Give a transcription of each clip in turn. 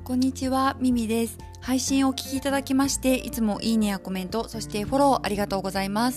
こんにちは、ミミです。配信をお聞きいただきまして、いつもいいねやコメント、そしてフォローありがとうございます。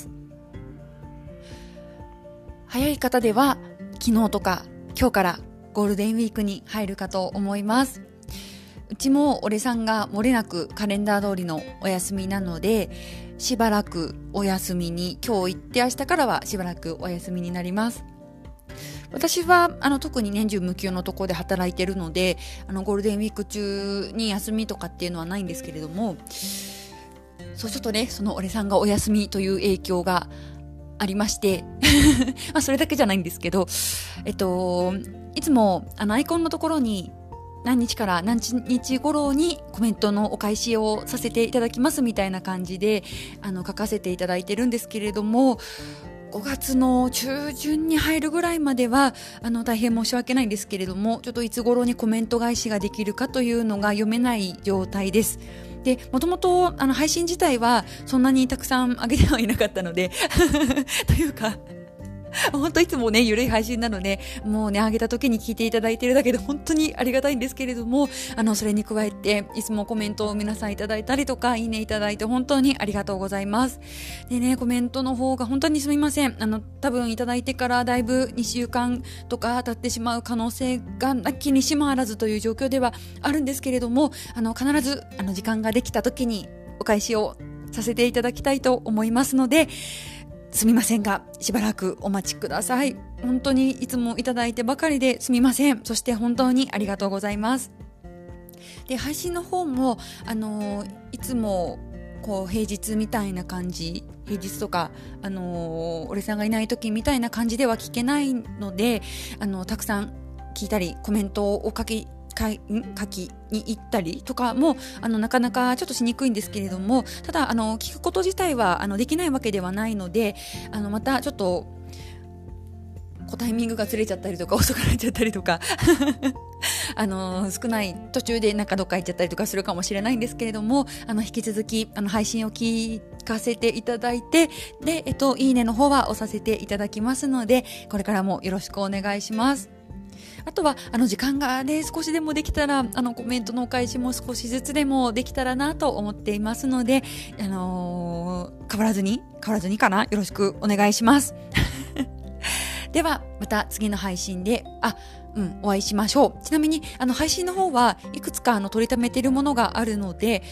早い方では昨日とか今日からゴールデンウィークに入るかと思います。うちも俺さんが漏れなくカレンダー通りのお休みなので、しばらくお休みに、今日行って明日からはしばらくお休みになります。私は特に年中無休のところで働いているので、ゴールデンウィーク中に休みとかっていうのはないんですけれども、そうちょっとね、その俺さんがお休みという影響がありましてまあそれだけじゃないんですけど、いつもアイコンのところに何日から何日頃にコメントのお返しをさせていただきますみたいな感じで書かせていただいてるんですけれども、5月の中旬に入るぐらいまでは大変申し訳ないんですけれども、ちょっといつ頃にコメント返しができるかというのが読めない状態です。で、もともと配信自体はそんなにたくさん上げてはいなかったのでというか本当いつもね、ゆるい配信なので、もうね、上げた時に聞いていただいているだけで本当にありがたいんですけれども、それに加えて、いつもコメントを皆さんいただいたりとか、いいねいただいて本当にありがとうございます。でね、コメントの方が本当にすみません。多分いただいてからだいぶ2週間とか経ってしまう可能性がなきにしもあらずという状況ではあるんですけれども、必ず、時間ができた時にお返しをさせていただきたいと思いますので、すみませんが、しばらくお待ちください。本当にいつもいただいてばかりですみません。そして本当にありがとうございます。で、配信の方も、いつも、平日みたいな感じ、平日とか、俺さんがいない時みたいな感じでは聞けないので、たくさん聞いたり、コメントを書きに行ったりとかもなかなかちょっとしにくいんですけれども、ただ聞くこと自体はできないわけではないので、またちょっとタイミングがずれちゃったりとか遅くなっちゃったりとか少ない途中でなんかどっか行っちゃったりとかするかもしれないんですけれども、引き続き配信を聞かせていただいて、で、いいねの方は押させていただきますので、これからもよろしくお願いします。あとは時間がね、少しでもできたらコメントのお返しも少しずつでもできたらなと思っていますので、変わらずにかな、よろしくお願いしますではまた次の配信でお会いしましょう。ちなみに配信の方はいくつか取りためているものがあるので、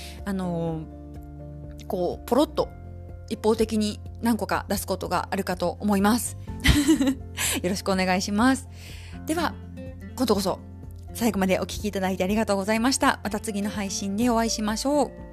ポロッと一方的に何個か出すことがあるかと思いますよろしくお願いします。では今度こそ最後までお聞きいただいてありがとうございました。また次の配信でお会いしましょう。